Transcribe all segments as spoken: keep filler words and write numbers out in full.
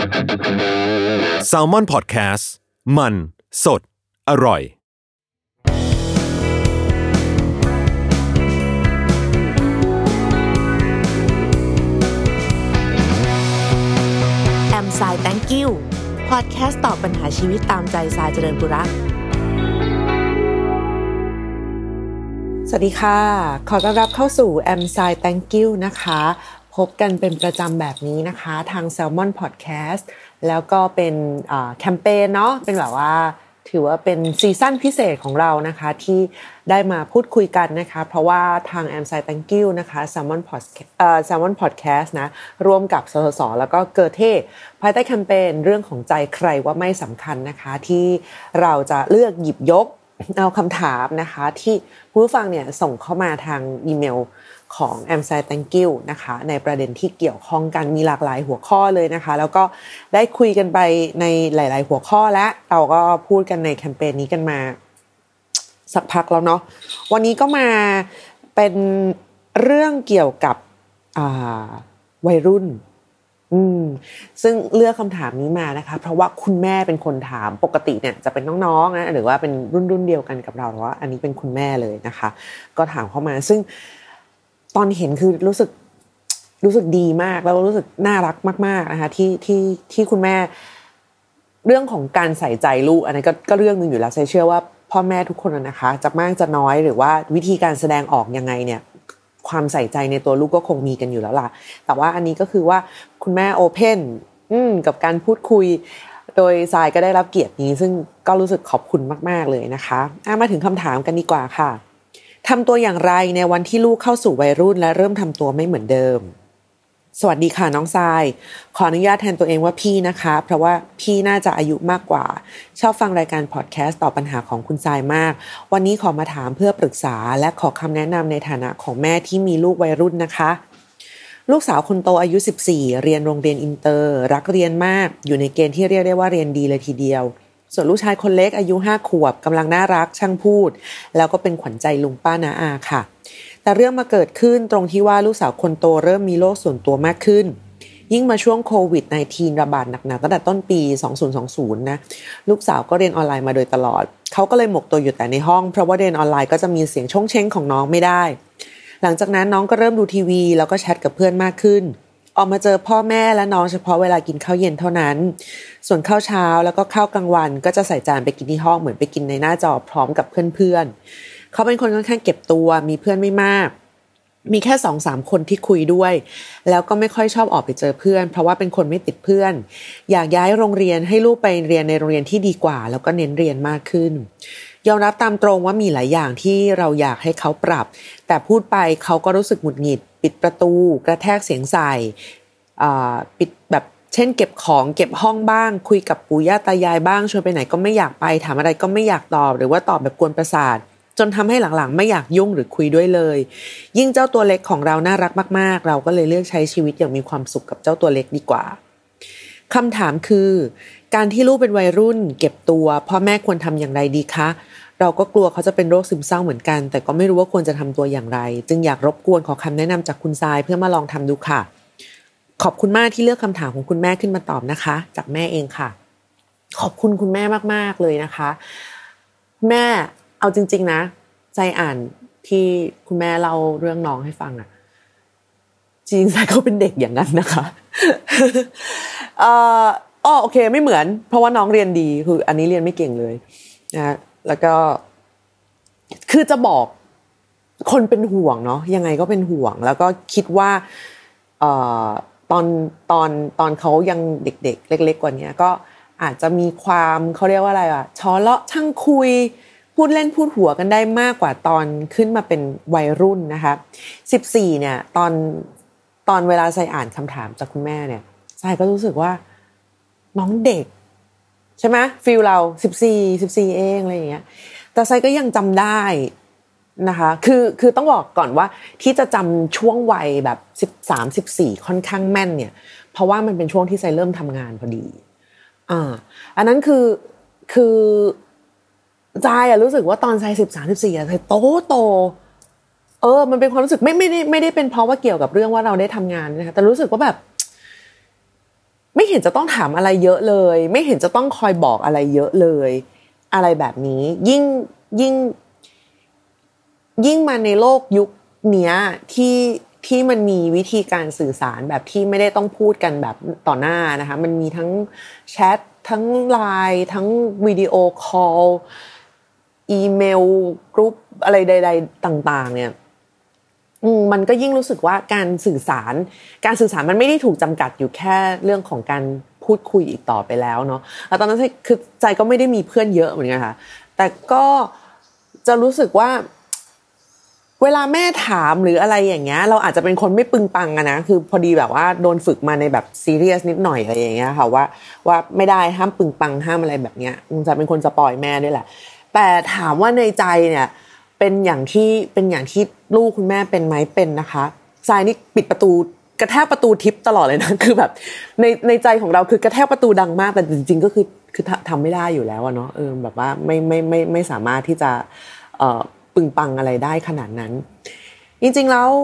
Salmon Podcast มันสดอร่อยแอมสาย thank you พอดแคสต์ตอบปัญหาชีวิตตามใจสายเจริญปุระสวัสดีค่ะขอต้อนรับเข้าสู่แอมสาย thank you นะคะพบกันเป็นประจำแบบนี้นะคะทาง Salmon Podcast แล้วก็เป็นแคมเปญเนาะเป็นแบบว่าถือว่าเป็นซีซั่นพิเศษของเรานะคะที่ได้มาพูดคุยกันนะคะเพราะว่าทาง Am Side Thank You นะคะ Salmon Podcast เอ่อ Salmon Podcast นะร่วมกับสสสแล้วก็เกอเท่ภายใต้แคมเปญเรื่องของใจใครว่าไม่สำคัญนะคะที่เราจะเลือกหยิบยกเอาคำถามนะคะที่ผู้ฟังเนี่ยส่งเข้ามาทางอีเมลของ Am Side Thank You นะคะในประเด็นที่เกี่ยวข้องกันมีหลากหลายหัวข้อเลยนะคะแล้วก็ได้คุยกันไปในหลายๆหัวข้อและเราก็พูดกันในแคมเปญนี้กันมาสักพักแล้วเนาะวันนี้ก็มาเป็นเรื่องเกี่ยวกับอ่าวัยรุ่นอืมซึ่งเลือกคำถามนี้มานะคะเพราะว่าคุณแม่เป็นคนถามปกติเนี่ยจะเป็นน้องๆนะหรือว่าเป็นรุ่นๆเดียวกันกับเราแต่ว่าอันนี้เป็นคุณแม่เลยนะคะก็ถามเข้ามาซึ่งตอนเห็นคือรู้สึกรู้สึกดีมากแล้วรู้สึกน่ารักมากๆนะคะที่ที่ที่คุณแม่เรื่องของการใส่ใจลูกอันนี้ก็ก็เรื่องนึงอยู่แล้วเชื่อว่าพ่อแม่ทุกคนนะคะจะมากจะน้อยหรือว่าวิธีการแสดงออกยังไงเนี่ยความใส่ใจในตัวลูกก็คงมีกันอยู่แล้วล่ะแต่ว่าอันนี้ก็คือว่าคุณแม่โอเพ่นอืมกับการพูดคุยโดยทรายก็ได้รับเกียรตินี้ซึ่งก็รู้สึกขอบคุณมากๆเลยนะคะอ่ะมาถึงคำถามกันดีกว่าค่ะทำตัวอย่างไรในวันที่ลูกเข้าสู่วัยรุ่นและเริ่มทำตัวไม่เหมือนเดิมสวัสดีค่ะน้องทรายขออนุญาตแทนตัวเองว่าพี่นะคะเพราะว่าพี่น่าจะอายุมากกว่าชอบฟังรายการพอดแคสต์ตอบปัญหาของคุณทรายมากวันนี้ขอมาถามเพื่อปรึกษาและขอคำแนะนำในฐานะของแม่ที่มีลูกวัยรุ่นนะคะลูกสาวคนโตอายุสิบสี่เรียนโรงเรียนอินเตอร์รักเรียนมากอยู่ในเกณฑ์ที่เรียกได้ว่าเรียนดีเลยทีเดียวส่วนลูกชายคนเล็กอายุห้าขวบกำลังน่ารักช่างพูดแล้วก็เป็นขวัญใจลุงป้าน้าอาค่ะแต่เรื่องมาเกิดขึ้นตรงที่ว่าลูกสาวคนโตเริ่มมีโรคส่วนตัวมากขึ้นยิ่งมาช่วงโควิด สิบเก้า ระบาดหนักๆตั้งแต่ต้นปีสองพันยี่สิบนะลูกสาวก็เรียนออนไลน์มาโดยตลอดเขาก็เลยหมกตัวอยู่แต่ในห้องเพราะว่าเรียนออนไลน์ก็จะมีเสียงชงเช้งของน้องไม่ได้หลังจากนั้นน้องก็เริ่มดูทีวีแล้วก็แชทกับเพื่อนมากขึ้นออกมาเจอพ่อแม่และน้องเฉพาะเวลากินข้าวเย็นเท่านั้นส่วนข้าวเช้าแล้วก็ข้าวกลางวันก็จะใส่จานไปกินที่ห้องเหมือนไปกินในหน้าจอพร้อมกับเพื่อนๆเขาเป็นคนค่อนข้างเก็บตัวมีเพื่อนไม่มากมีแค่ สองถึงสาม คนที่คุยด้วยแล้วก็ไม่ค่อยชอบออกไปเจอเพื่อนเพราะว่าเป็นคนไม่ติดเพื่อนอยากย้ายโรงเรียนให้ลูกไปเรียนในโรงเรียนที่ดีกว่าแล้วก็เน้นเรียนมากขึ้นยอมรับตามตรงว่ามีหลายอย่างที่เราอยากให้เขาปรับแต่พูดไปเขาก็รู้สึกหงุดหงิดปิดประตูกระแทกเสียงใส่อ่าปิดแบบเช่นเก็บของเก็บห้องบ้างคุยกับปู่ย่าตายายบ้างชวนไปไหนก็ไม่อยากไปถามอะไรก็ไม่อยากตอบหรือว่าตอบแบบกวนประสาทจนทำให้หลังๆไม่อยากยุ่งหรือคุยด้วยเลยยิ่งเจ้าตัวเล็กของเราน่ารักมากๆเราก็เลยเลือกใช้ชีวิตอย่างมีความสุขกับเจ้าตัวเล็กดีกว่าคำถามคือการที่ลูกเป็นวัยรุ่นเก็บตัวพ่อแม่ควรทำอย่างไรดีคะเราก็กลัวเขาจะเป็นโรคซึมเศร้าเหมือนกันแต่ก็ไม่รู้ว่าควรจะทำตัวอย่างไรจึงอยากรบกวนขอคำแนะนำจากคุณทรายเพื่อมาลองทำดูค่ะขอบคุณมากที่เลือกคำถามของคุณแม่ขึ้นมาตอบนะคะจากแม่เองค่ะขอบคุณคุณแม่มากๆเลยนะคะแม่เอาจริงๆนะใจอ่านที่คุณแม่เล่าเรื่องน้องให้ฟังอ่ะจริงๆใจเขาเป็นเด็กอย่างนั้นนะคะเอ่ออ๋อโอเคไม่เหมือนเพราะว่าน้องเรียนดีคืออันนี้เรียนไม่เก่งเลยนะแล้วก็คือจะบอกคนเป็นห่วงเนาะยังไงก็เป็นห่วงแล้วก็คิดว่าเอ่อตอนตอนตอนเขายังเด็กๆเล็กๆกว่านี้ก็อาจจะมีความเขาเรียกว่าอะไรอ่ะช้อเลาะช่างคุยพูดเล่นพูดหัวกันได้มากกว่าตอนขึ้นมาเป็นวัยรุ่นนะคะสิบสี่เนี่ยตอนตอนเวลาใส่อ่านคำถามจากคุณแม่เนี่ยใส่ก็รู้สึกว่าน้องเด็กใช่ไหมฟีลเราสิบสี่ สิบสี่เองอะไรอย่างเงี้ยแต่ใส่ก็ยังจำได้นะคะคือคือต้องบอกก่อนว่าที่จะจำช่วงวัยแบบสิบสาม สิบสี่ค่อนข้างแม่นเนี่ยเพราะว่ามันเป็นช่วงที่ใส่เริ่มทำงานพอดีอ่าอันนั้นคือคือใจอ่ะรู้สึกว่าตอนใจสิบสาม สิบสี่อ่ะใจโตโตเออมันเป็นความรู้สึกไม่ไม่ได้ไม่ได้เป็นเพราะว่าเกี่ยวกับเรื่องว่าเราได้ทำงานนะคะแต่รู้สึกว่าแบบไม่เห็นจะต้องถามอะไรเยอะเลยไม่เห็นจะต้องคอยบอกอะไรเยอะเลยอะไรแบบนี้ยิ่งยิ่งยิ่งมาในโลกยุคเนี้ยที่ที่มันมีวิธีการสื่อสารแบบที่ไม่ได้ต้องพูดกันแบบต่อหน้านะคะมันมีทั้งแชททั้ง ไลน์ ทั้งวิดีโอคอลอีเมลกรุ๊ปอะไรใดๆต่างๆเนี่ยอืมมันก็ยิ่งรู้สึกว่าการสื่อสารการสื่อสารมันไม่ได้ถูกจำกัดอยู่แค่เรื่องของการพูดคุยอีกต่อไปแล้วเนาะแล้วตอนนั้นคือใจก็ไม่ได้มีเพื่อนเยอะเหมือนกันค่ะแต่ก็จะรู้สึกว่าเวลาแม่ถามหรืออะไรอย่างเงี้ยเราอาจจะเป็นคนไม่ปึงปังอะนะคือพอดีแบบว่าโดนฝึกมาในแบบซีเรียสนิดหน่อยอะไรอย่างเงี้ยค่ะว่าว่าไม่ได้ห้ามปึงปังห้ามอะไรแบบเนี้ยจะเป็นคนสปอยแม่ด้วยแหละแต่ถามว่าในใจเนี่ยเป็นอย่างที่เป็นอย่างที่ลูกคุณแม่เป็นไหมเป็นนะคะทรายนี่ปิดประตูกระแทกประตูทิปตลอดเลยนะคือแบบในในใจของเราคือกระแทกประตูดังมากแต่จริงๆก็คือคือทำไม่ได้อยู่แล้วอะเนาะเออแบบว่าไม่ไม่ไม่ไม่สามารถที่จะเอ่อปึงปังอะไรได้ขนาดนั้นจริงๆแล้ว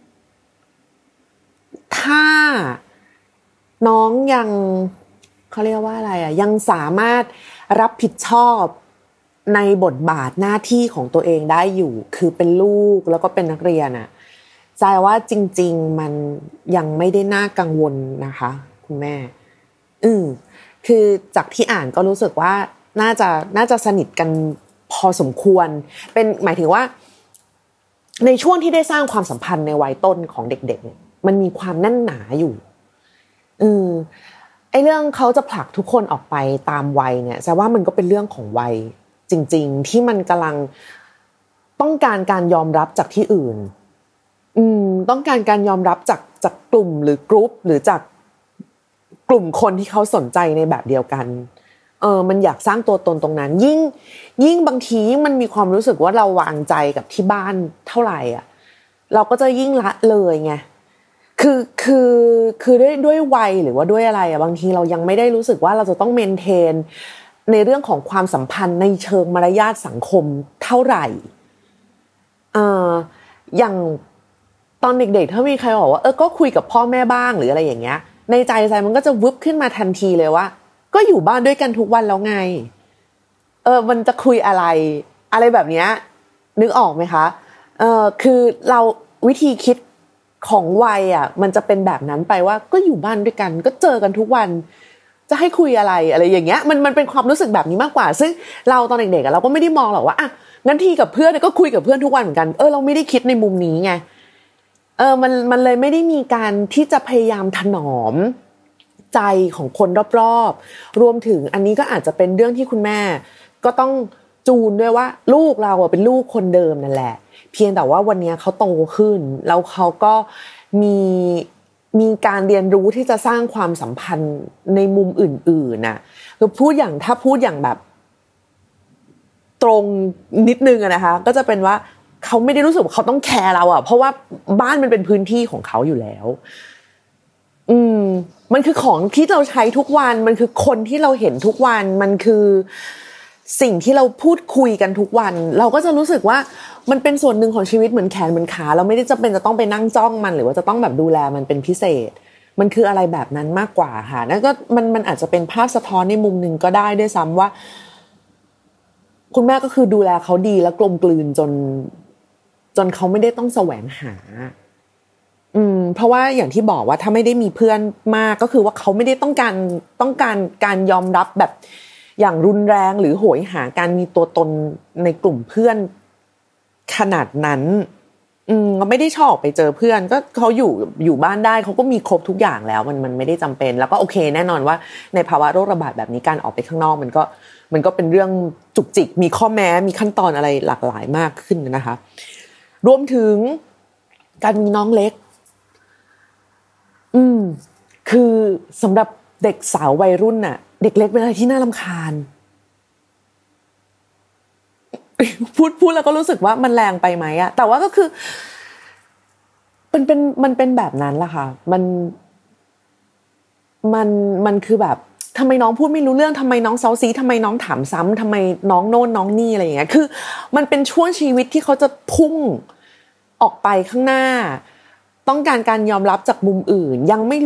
ถ้าน้องยังเขาเรียกว่าอะไรอ่ะยังสามารถรับผิดชอบในบทบาทหน้าที่ของตัวเองได้อยู่คือเป็นลูกแล้วก็เป็นนักเรียนอ่ะใจว่าจริงๆมันยังไม่ได้น่ากังวลนะคะคุณแม่อืมคือจากที่อ่านก็รู้สึกว่าน่าจะน่าจะสนิทกันพอสมควรเป็นหมายถึงว่าในช่วงที่ได้สร้างความสัมพันธ์ในวัยต้นของเด็กๆเนี่ยมันมีความแน่นหนาอยู่อืมไอ้เรื่องเขาจะผลักทุกคนออกไปตามวัยเนี่ยแสดงว่ามันก็เป็นเรื่องของวัยจริงๆที่มันกำลังต้องการการยอมรับจากที่อื่นอืมต้องการการยอมรับจากจากกลุ่มหรือกรุ๊ปหรือจากกลุ่มคนที่เขาสนใจในแบบเดียวกันเออมันอยากสร้างตัวตนตรงนั้นยิ่งยิ่งบางทีมันมีความรู้สึกว่าเราวางใจกับที่บ้านเท่าไหร่อ่ะเราก็จะยิ่งละเลยไงคือคือคือด้วยด้วยวัยหรือว่าด้วยอะไรอ่ะบางทีเรายังไม่ได้รู้สึกว่าเราจะต้องเมนเทนในเรื่องของความสัมพันธ์ในเชิงมารยาทสังคมเท่าไหร่เอ่ออย่างตอนเด็กๆถ้ามีใครบอกว่าเออก็คุยกับพ่อแม่บ้างหรืออะไรอย่างเงี้ยในใจใจมันก็จะวึบขึ้นมาทันทีเลยว่าก็อยู่บ้านด้วยกันทุกวันแล้วไงเออมันจะคุยอะไรอะไรแบบเนี้ยนึกออกไหมคะเออคือเราวิธีคิดของวัยอ่ะมันจะเป็นแบบนั้นไปว่าก็อยู่บ้านด้วยกันก็เจอกันทุกวันจะให้คุยอะไรอะไรอย่างเงี้ยมันมันเป็นความรู้สึกแบบนี้มากกว่าซึ่งเราตอนเด็กๆอ่ะเราก็ไม่ได้มองหรอกว่าอ่ะงั้นทีกับเพื่อนก็คุยกับเพื่อนทุกวันเหมือนกันเออเราไม่ได้คิดในมุมนี้ไงเออมันมันเลยไม่ได้มีการที่จะพยายามถนอมใจของคนรอบๆรวมถึงอันนี้ก็อาจจะเป็นเรื่องที่คุณแม่ก็ต้องจูนด้วยว่าลูกเราอ่ะเป็นลูกคนเดิมนั่นแหละเพียงแต่ว่าวันนี้เขาโตขึ้นแล้วเขาก็มีมีการเรียนรู้ที่จะสร้างความสัมพันธ์ในมุมอื่นๆน่ะคือพูดอย่างถ้าพูดอย่างแบบตรงนิดนึงอะนะคะก็จะเป็นว่าเขาไม่ได้รู้สึกว่าเขาต้องแคร์เราอะเพราะว่าบ้านมันเป็นพื้นที่ของเขาอยู่แล้วอืมมันคือของที่เราใช้ทุกวันมันคือคนที่เราเห็นทุกวันมันคือสิ่งที่เราพูดคุยกันทุกวันเราก็จะรู้สึกว่ามันเป็นส่วนหนึ่งของชีวิตเหมือนแขนเหมือนขาเราไม่ได้จำเป็นจะต้องไปนั่งจ้องมันหรือว่าจะต้องแบบดูแลมันเป็นพิเศษมันคืออะไรแบบนั้นมากกว่าค่ะนั่นก็มันมันอาจจะเป็นภาพสะท้อนในมุมนึงก็ได้ด้วยซ้ำว่าคุณแม่ก็คือดูแลเขาดีและกลมกลืนจนจนเขาไม่ได้ต้องแสวงหาอืมเพราะว่าอย่างที่บอกว่าถ้าไม่ได้มีเพื่อนมากก็คือว่าเขาไม่ได้ต้องการต้องการการยอมรับแบบอย่างรุนแรงหรือโหยหาการมีตัวตนในกลุ่มเพื่อนขนาดนั้นอืมก็ไม่ได้ชอบไปเจอเพื่อนก็เขาอยู่อยู่บ้านได้เขาก็มีครบทุกอย่างแล้วมันมันไม่ได้จำเป็นแล้วก็โอเคแน่นอนว่าในภาวะโรคระบาดแบบนี้การออกไปข้างนอกมันก็มันก็เป็นเรื่องจุกจิกมีข้อแม้มีขั้นตอนอะไรหลากหลายมากขึ้นนะคะรวมถึงการมีน้องเล็กอืมคือสำหรับเด็กสาววัยรุ่นน่ะเด็กเล็กเป็นอะไรที่น่ารำคาญพูดพูดแล้วก็รู้สึกว่ามันแรงไปไหมอะแต่ว่าก็คือมันเป็นมันเป็นแบบนั้นล่ะค่ะมันมันมันคือแบบทำไมน้องพูดไม่รู้เรื่องทำไมน้องเซาซีทำไมน้องถามซ้ำทำไมน้องโน่นน้องนี่อะไรอย่างเงี้ยคือมันเป็นช่วงชีวิตที่เขาจะพุ่งออกไปข้างหน้าต้องการการยอมรับจากมุมอื่นยังไม่รู้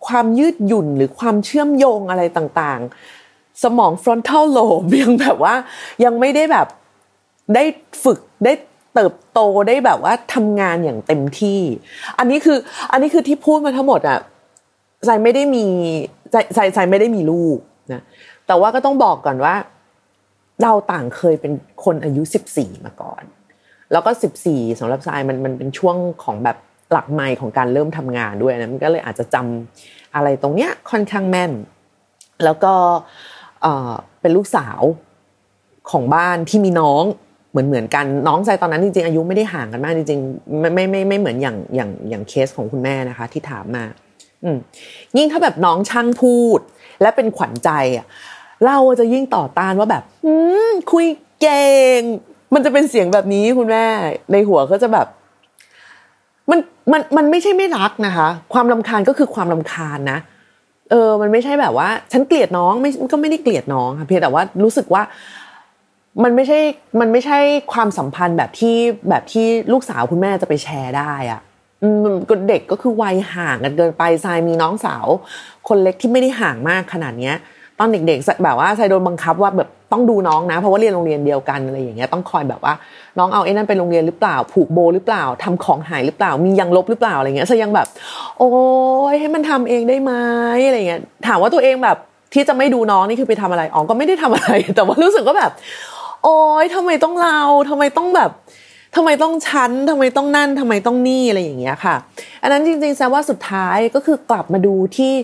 ความยืดหยุ่นหรือความเชื่อมโยงอะไรต่างๆสมอง frontal lobe ยังแบบว่ายังไม่ได้แบบได้ฝึกได้เติบโตได้แบบว่าทำงานอย่างเต็มที่อันนี้คืออันนี้คือที่พูดมาทั้งหมดอ่ะใจไม่ได้มีใจใจใจไม่ได้มีลูกนะแต่ว่าก็ต้องบอกก่อนว่าเราต่างเคยเป็นคนอายุสิบสี่มาก่อนแล้วก็สิบสี่สำหรับใจมันมันเป็นช่วงของแบบหลักไมล์ของการเริ่มทำงานด้วยนะมันก็เลยอาจจะจำอะไรตรงเนี้ยค่อนข้างแม่นแล้วก็เอ่อเป็นลูกสาวของบ้านที่มีน้องเหมือนเหมือนกันน้องใจตอนนั้นจริงๆอายุไม่ได้ห่างกันมากจริงๆไม่ไม่ไม่ไม่เหมือนอย่างอย่างอย่างเคสของคุณแม่นะคะที่ถามมาอืมยิ่งถ้าแบบน้องช่างพูดและเป็นขวัญใจอ่ะเราจะยิ่งต่อต้านว่าแบบอืมคุยเก่งมันจะเป็นเสียงแบบนี้คุณแม่ในหัวก็จะแบบมันมันมันไม่ใช่ไม่รักนะคะความรำคาญก็คือความรำคาญนะเออมันไม่ใช่แบบว่าฉันเกลียดน้องไม่ก็ไม่ได้เกลียดน้องค่ะเพียงแต่ว่ารู้สึกว่ามันไม่ใช่มันไม่ใช่ความสัมพันธ์แบบที่แบบที่ลูกสาวคุณแม่จะไปแชร์ได้อ่ะอืมก็เด็กก็คือวัยห่างกันเกินไปทรายมีน้องสาวคนเล็กที่ไม่ได้ห่างมากขนาดเนี้ยตอนเด็กๆแบบว่าทรายโดนบังคับว่าแบบต้องดูน้องนะเพราะว่าเรียนโรงเรียนเดียวกันอะไรอย่างเงี้ยต้องคอยแบบว่าน้องเอาไอ้นั่นไปโรงเรียนหรือเปล่าผูกโบหรือเปล่าทำของหายหรือเปล่ามียังลบหรือเปล่าอะไรเงี้ยทรายยังแบบโอ้ยให้มันทำเองได้ไหมอะไรเงี้ยถามว่าตัวเองแบบที่จะไม่ดูน้องนี่คือไปทำอะไรอ๋อก็ไม่ได้ทำอะไรแต่ว่ารู้สึกว่าแบบโอ๊ยทำไมต้องเราทำไมต้องแบบทำไมต้องชั้นทำไมต้องนั่นทำไมต้องนี่อะไรอย่างเงี้ยค่ะอันนั้นจริงๆแสดงว่าสุดท้ายก็คือกลับมาดูที่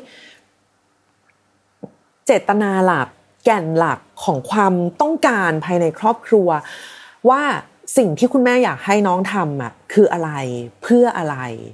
เจตนาหลักแก่นหลักของความต้องการภายในครอบครัวว่าสิ่งที่คุณแม่อยากให้น้องทำอ่ะคืออะไรเพื่ออะไร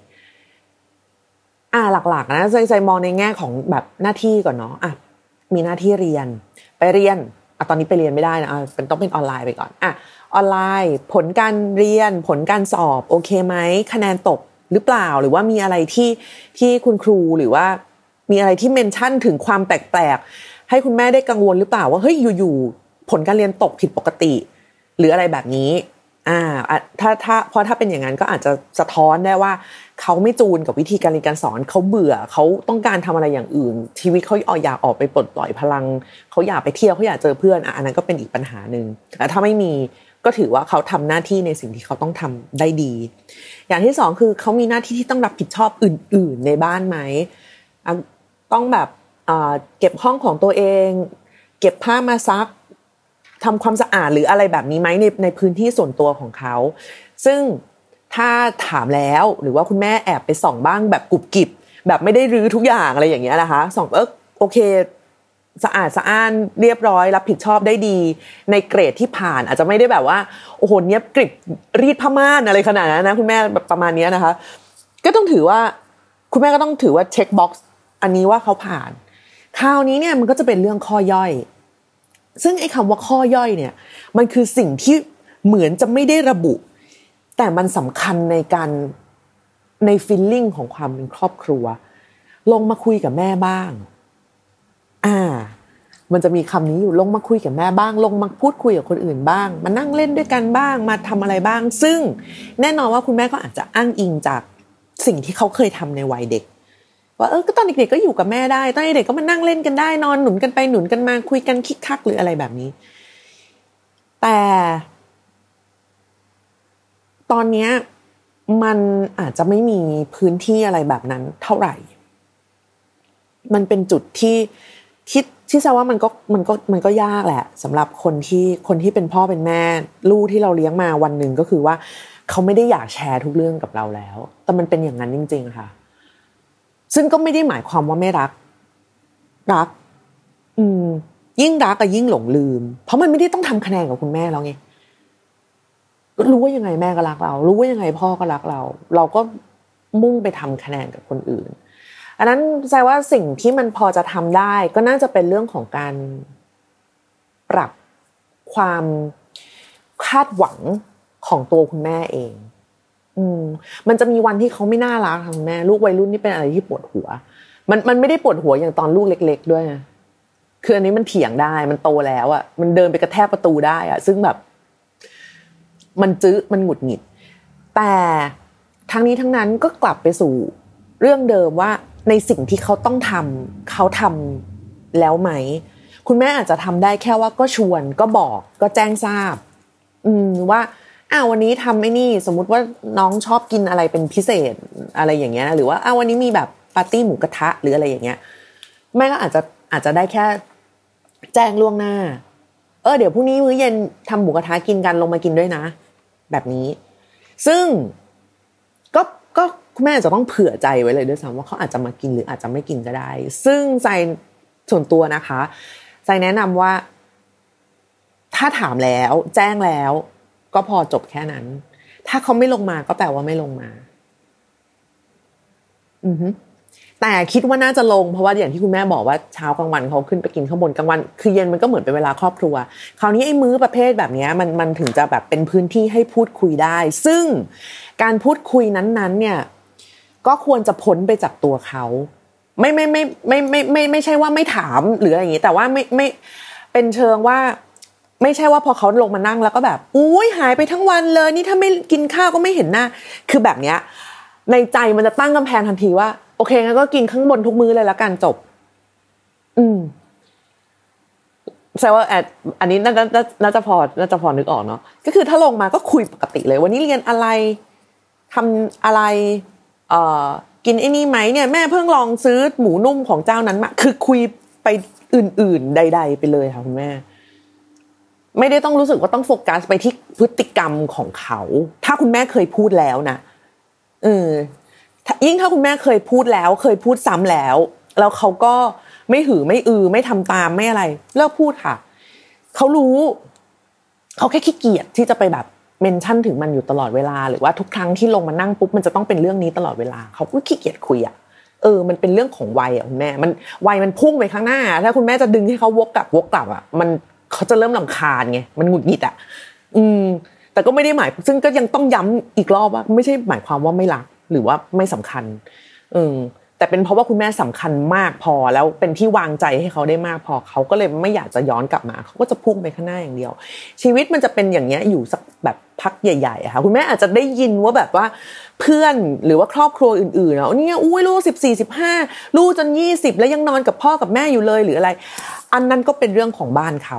อ่ะหลักๆนะใจใจมองในแง่ของแบบหน้าที่ก่อนเนาะอ่ะมีหน้าที่เรียนไปเรียนอ่ะตอนนี้ไปเรียนไม่ได้นะอ่ะเป็นต้องเป็นออนไลน์ไปก่อนอ่ะออนไลน์ผลการเรียนผลการสอบโอเคไหมคะแนนตกหรือเปล่าหรือว่ามีอะไรที่ที่คุณครูหรือว่ามีอะไรที่เมนชั่นถึงความแปลกๆให้คุณแม่ได้กังวลหรือเปล่าว่าเฮ้ยอยู่ๆผลการเรียนตกผิดปกติหรืออะไรแบบนี้อ่าถ้าถ้าเพราะถ้าเป็นอย่างนั้นก็อาจจะสะท้อนได้ว่าเขาไม่จูนกับวิธีการเรียนการสอนเขาเบื่อเขาต้องการทำอะไรอย่างอื่นชีวิตเขาอยากออกไปปลดปล่อยพลังเขาอยากไปเที่ยวเขาอยากเจอเพื่อนอ่ะอันนั้นก็เป็นอีกปัญหานึงแต่ถ้าไม่มีก็ถือว่าเขาทำหน้าที่ในสิ่งที่เขาต้องทำได้ดีอย่างที่สองคือเขามีหน้าที่ที่ต้องรับผิดชอบอื่นๆในบ้านไหมต้องแบบเก็บห้องของตัวเองเก็บผ้ามาซักทำความสะอาดหรืออะไรแบบนี้ไหมในในพื้นที่ส่วนตัวของเขาซึ่งถ้าถามแล้วหรือว่าคุณแม่แอบไปส่องบ้างแบบกุบกิบแบบไม่ได้รื้อทุกอย่างอะไรอย่างเงี้ยนะคะส่องเออโอเคสะอาดสะอ้านเรียบร้อยรับผิดชอบได้ดีในเกรดที่ผ่านอาจจะไม่ได้แบบว่าโอ้โหเนี้ยกริบรีดผ้าม่านอะไรขนาดนั้นนะคุณแม่แบบประมาณนี้นะคะก็ต้องถือว่าคุณแม่ก็ต้องถือว่าเช็คบ็อกซ์อันนี้ว่าเขาผ่านคราวนี้เนี่ยมันก็จะเป็นเรื่องข้อย่อยซึ่งไอ้คำว่าข้อย่อยเนี่ยมันคือสิ่งที่เหมือนจะไม่ได้ระบุแต่มันสำคัญในการในฟีลลิ่งของความเป็นครอบครัวลงมาคุยกับแม่บ้างอ่ามันจะมีคำนี้อยู่ลงมาคุยกับแม่บ้างลงมาพูดคุยกับคนอื่นบ้างมานั่งเล่นด้วยกันบ้างมาทำอะไรบ้างซึ่งแน่นอนว่าคุณแม่ก็อาจจะอ้างอิงจากสิ่งที่เขาเคยทำในวัยเด็กว่าเออก็ตอนเด็กๆก็อยู่กับแม่ได้ตอนเด็กๆก็มานั่งเล่นกันได้นอนหนุนกันไปหนุนกันมาคุยกันคิกคักหรืออะไรแบบนี้แต่ตอนนี้มันอาจจะไม่มีพื้นที่อะไรแบบนั้นเท่าไหร่มันเป็นจุดที่ที่ที่แสดงว่ามันก็มันก็มันก็ยากแหละสำหรับคนที่คนที่เป็นพ่อเป็นแม่ลูกที่เราเลี้ยงมาวันหนึ่งก็คือว่าเขาไม่ได้อยากแชร์ทุกเรื่องกับเราแล้วแต่มันเป็นอย่างนั้นจริงๆค่ะซึ่งก็ไม่ได้หมายความว่าไม่รักรักอืมยิ่งรักก็ยิ่งหลงลืมเพราะมันไม่ได้ต้องทำคะแนนกับคุณแม่แล้วไงรู้ว่ายังไงแม่ก็รักเรารู้ว่ายังไงพ่อก็รักเราเราก็มุ่งไปทำคะแนนกับคนอื่นอันนั้นแสดงว่าสิ่งที่มันพอจะทำได้ก็น่าจะเป็นเรื่องของการปรับความคาดหวังของตัวคุณแม่เองอืมมันจะมีวันที่เขาไม่น่ารักค่ะคุณแม่ลูกวัยรุ่นนี่เป็นอะไรที่ปวดหัวมันมันไม่ได้ปวดหัวอย่างตอนลูกเล็กๆด้วยนะคืออันนี้มันเถียงได้มันโตแล้วอ่ะมันเดินไปกระแทกประตูได้อ่ะซึ่งแบบมันจื้อมันหงุดหงิดแต่ทั้งนี้ทั้งนั้นก็กลับไปสู่เรื่องเดิมว่าในสิ่งที่เขาต้องทำเขาทำแล้วไหมคุณแม่อาจจะทำได้แค่ว่าก็ชวนก็บอกก็แจ้งทราบอืมว่าอ้าววันนี้ทำไอ้นี่สมมุติว่าน้องชอบกินอะไรเป็นพิเศษอะไรอย่างเงี้ยหรือว่าอ้าววันนี้มีแบบปาร์ตี้หมูกระทะหรืออะไรอย่างเงี้ยแม่ก็อาจจะอาจจะได้แค่แจ้งล่วงหน้าเออเดี๋ยวพรุ่งนี้มื้อเย็นทำหมูกระทะกินกันลงมากินด้วยนะแบบนี้ซึ่งก็ก็คุณแม่จะต้องเผื่อใจไว้เลยด้วยซ้ำว่าเขาอาจจะมากินหรืออาจจะไม่กินก็ได้ซึ่งใจส่วนตัวนะคะใจแนะนำว่าถ้าถามแล้วแจ้งแล้วก็พอจบแค่นั้นถ้าเขาไม่ลงมาก็แปลว่าไม่ลงมาอือฮึแต่คิดว่าน่าจะลงเพราะว่าอย่างที่คุณแม่บอกว่าเช้ากลางวันเขาขึ้นไปกินข้างบนกลางวันคือเย็นมันก็เหมือนเป็นเวลาครอบครัวคราวนี้ไอ้มื้อประเภทแบบนี้มันมันถึงจะแบบเป็นพื้นที่ให้พูดคุยได้ซึ่งการพูดคุยนั้นๆเนี่ยก็ควรจะพ้นไปจากตัวเขาไม่ไม่ไม่ไม่ไม่ไม่ไม่ใช่ว่าไม่ถามหรืออะไรอย่างงี้แต่ว่าไม่ไม่เป็นเชิงว่าไม่ใช่ว่าพอเขาลงมานั่งแล้วก็แบบอุ้ยหายไปทั้งวันเลยนี่ถ้าไม่กินข้าวก็ไม่เห็นหน้าคือแบบเนี้ยในใจมันจะตั้งกำแพงทันทีว่าโอเคงั้นก็กินข้างบนทุกมื้อเลยแล้วกันจบอืมแสดงว่าแอดอันนี้น่าน่าน่าจะพอน่าจะพอนึกออกเนาะก็คือถ้าลงมาก็คุยปกติเลยวันนี้เรียนอะไรทำอะไรเอ่อกินไอ้นี่ไหมเนี่ยแม่เพิ่งลองซื้อหมูนุ่มของเจ้านั้นมาคือคุยไปอื่นๆใดๆไปเลยค่ะคุณแม่ไม่ได้ต้องรู้สึกว่าต้องโฟกัสไปที่พฤติกรรมของเขาถ้าคุณแม่เคยพูดแล้วนะเออยิ่งถ้าคุณแม่เคยพูดแล้วเคยพูดซ้ำแล้วแล้วเขาก็ไม่หือไม่อือไม่ทำตามไม่อะไรเลิกพูดค่ะเขารู้เขาแค่ขี้เกียจที่จะไปแบบเมนชั่นถึงมันอยู่ตลอดเวลาหรือว่าทุกครั้งที่ลงมานั่งปุ๊บมันจะต้องเป็นเรื่องนี้ตลอดเวลาเขาก็ขี้เกียจคุยอ่ะเออมันเป็นเรื่องของวัยอ่ะคุณแม่มันวัยมันพุ่งไปข้างหน้าถ้าคุณแม่จะดึงให้เขาวกกลับวกกลับอ่ะมันเขาจะเริ่มรำคาญไงมันหงุดหงิดอ่ะอืมแต่ก็ไม่ได้หมายซึ่งก็ยังต้องย้ำอีกรอบว่าไม่ใช่หมายความว่าไม่รักหรือว่าไม่สำคัญเออแต่เป็นเพราะว่าคุณแม่สำคัญมากพอแล้วเป็นที่วางใจให้เขาได้มากพอเขาก็เลยไม่อยากจะย้อนกลับมาเขาก็จะพุ่งไปข้างหน้าอย่างเดียวชีวิตมันจะเป็นอย่างเงี้ยอยู่สักแบบพักใหญ่ๆค่ะคุณแม่อาจจะได้ยินว่าแบบว่าเพื่อนหรือว่าครอบครัวอื่นๆเนาะเนี่ยอุ้ยลูกสิบสี่ สิบห้าลูกจนยี่สิบแล้วยังนอนกับพ่อกับแม่อยู่เลยหรืออะไรอันนั้นก็เป็นเรื่องของบ้านเขา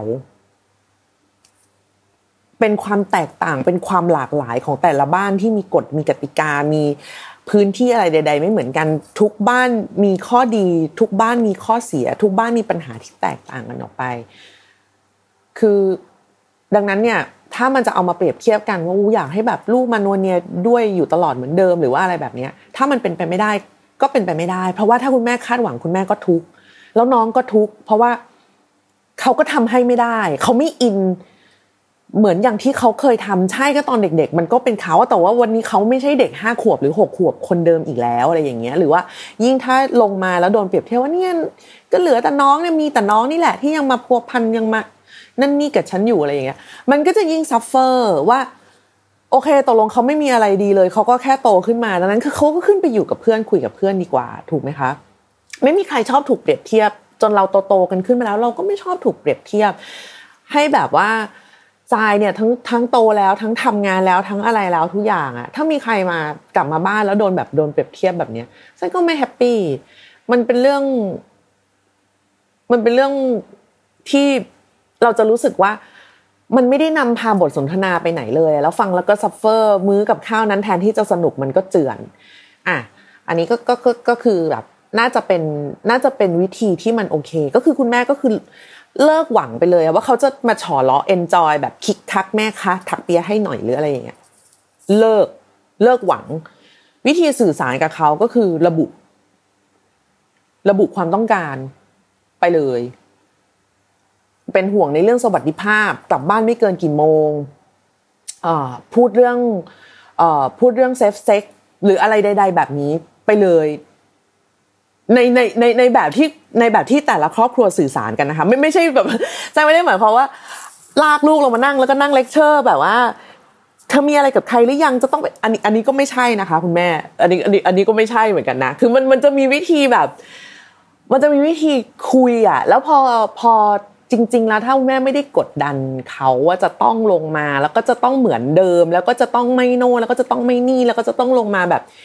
เป็นความแตกต่างเป็นความหลากหลายของแต่ละบ้านที่มีกฎมีกติกามีพื้นที่อะไรใดๆไม่เหมือนกันทุกบ้านมีข้อดีทุกบ้านมีข้อเสียทุกบ้านมีปัญหาที่แตกต่างกันออกไปคือดังนั้นเนี่ยถ้ามันจะเอามาเปรียบเทียบกันว่าอยากให้แบบลูกมานวลเนียด้วยอยู่ตลอดเหมือนเดิมหรือว่าอะไรแบบนี้ถ้ามันเป็นไปไม่ได้ก็เป็นไปไม่ได้เพราะว่าถ้าคุณแม่คาดหวังคุณแม่ก็ทุกข์แล้วน้องก็ทุกข์เพราะว่าเขาก็ทำให้ไม่ได้เขาไม่อินเหมือนอย่างที่เขาเคยทำใช่ก็ตอนเด็กๆมันก็เป็นเขาแต่ว่าวันนี้เขาไม่ใช่เด็กห้าขวบหรือหกขวบคนเดิมอีกแล้วอะไรอย่างเงี้ยหรือว่ายิ่งถ้าลงมาแล้วโดนเปรียบเทียบว่าเนี่ยก็เหลือแต่น้องเนี่ยมีแต่น้องนี่แหละที่ยังมาพัวพันยังมานั่นนี่กับฉันอยู่อะไรอย่างเงี้ยมันก็จะยิ่งซัฟเฟอร์ว่าโอเคตกลงเขาไม่มีอะไรดีเลยเขาก็แค่โตขึ้นมาดังนั้นคือเขาก็ขึ้นไปอยู่กับเพื่อนคุยกับเพื่อนดีกว่าถูกไหมคะไม่มีใครชอบถูกเปรียบเทียบจนเราโตๆกันขึ้นมาแล้วเราก็ไม่ชอบถูกเปรียบเทียบให้แบบว่าทรายเนี่ยทั้งทั้งโตแล้วทั้งทำงานแล้วทั้งอะไรแล้วทุกอย่างอะถ้ามีใครมากลับมาบ้านแล้วโดนแบบโดนเปรียบเทียบแบบเนี้ยฉันก็ไม่แฮปปี้มันเป็นเรื่องมันเป็นเรื่องที่เราจะรู้สึกว่ามันไม่ได้นำพาบทสนทนาไปไหนเลยแล้วฟังแล้วก็ซัฟเฟอร์มื้อกับข้าวนั้นแทนที่จะสนุกมันก็เจือนอ่ะอันนี้ก็ก็ก็คือแบบน่าจะเป็นน่าจะเป็นวิธีที่มันโอเคก็คือคุณแม่ก็คือเลิกหวังไปเลยว่าเขาจะมาฉอล้อเอนจอยแบบคิกคักแม่คะถักเปียให้หน่อยหรืออะไรอย่างเงี้ยเลิกเลิกหวังวิธีสื่อสารกับเขาก็คือระบุระบุความต้องการไปเลยเป็นห่วงในเรื่องสวัสดิภาพกลับบ้านไม่เกินกี่โมงเอ่อพูดเรื่องเอ่อพูดเรื่องเซฟเซ็กหรืออะไรใดๆแบบนี้ไปเลยในในในในแบบที่ในแบบที่แต่ละครอบครัวสื่อสารกันนะคะไม่ไม่ใช่แบบใจไม่ได้หมายความว่าลากลูกลงมานั่งแล้วก็นั่งเลคเชอร์แบบว่าเธอมีอะไรกับใครหรือยังจะต้องอันนี้อันนี้ก็ไม่ใช่นะคะคุณแม่อันนี้อันนี้อันนี้ก็ไม่ใช่เหมือนกันนะคือมันมันจะมีวิธีแบบมันจะมีวิธีคุยอ่ะแล้วพอพอจริงๆแล้วถ้าแม่ไม่ได้กดดันเขาว่าจะต้องลงมาแล้วก็จะต้องเหมือนเดิมแล้วก็จะต้องไม่โน่แล้วก็จะต้องไม่นี่แล้วก็จะต้องลงมาแบบ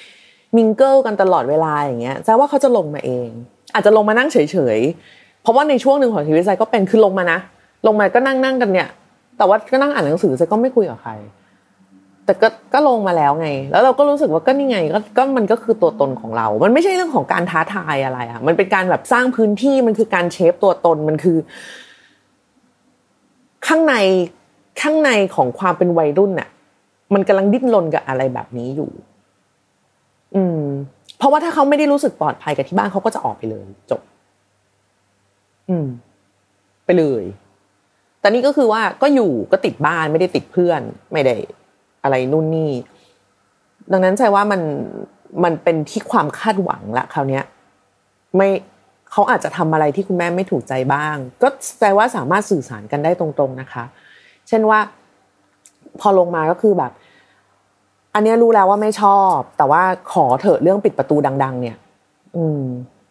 มิงเกิลกันตลอดเวลาอย่างเงี้ยแสดงว่าเขาจะลงมาเองอาจจะลงมานั่งเฉยๆเพราะว่าในช่วงนึงของชีวิตใจก็เป็นคือลงมานะลงมาก็นั่งๆกันเนี่ยแต่ว่าก็นั่งอ่านหนังสือใจก็ไม่คุยกับใครแต่ก็ก็ลงมาแล้วไงแล้วเราก็รู้สึกว่าก็นี่ไงก็ก็มันก็คือตัวตนของเรามันไม่ใช่เรื่องของการท้าทายอะไรอ่ะมันเป็นการแบบสร้างพื้นที่มันคือการเชฟตัวตนมันคือข้างในข้างในของความเป็นวัยรุ่นน่ะมันกำลังดิ้นรนกับอะไรแบบนี้อยู่อืมเพราะว่าถ้าเขาไม่ได้รู้สึกปลอดภัยกับที่บ้านเขาก็จะออกไปเลยจบอืมไปเลยแต่นี่ก็คือว่าก็อยู่ก็ติดบ้านไม่ได้ติดเพื่อนไม่ได้อะไรนู่นนี่ดังนั้นใช่ว่ามันมันเป็นที่ความคาดหวังละคราวเนี้ยไม่เขาอาจจะทำอะไรที่คุณแม่ไม่ถูกใจบ้างก็แปลว่าสามารถสื่อสารกันได้ตรงๆนะคะเช่นว่าพอลงมาก็คือแบบอันนี้รู้แล้วว่าไม่ชอบแต่ว่าขอเถอะเรื่องปิดประตูดังๆเนี่ยอืม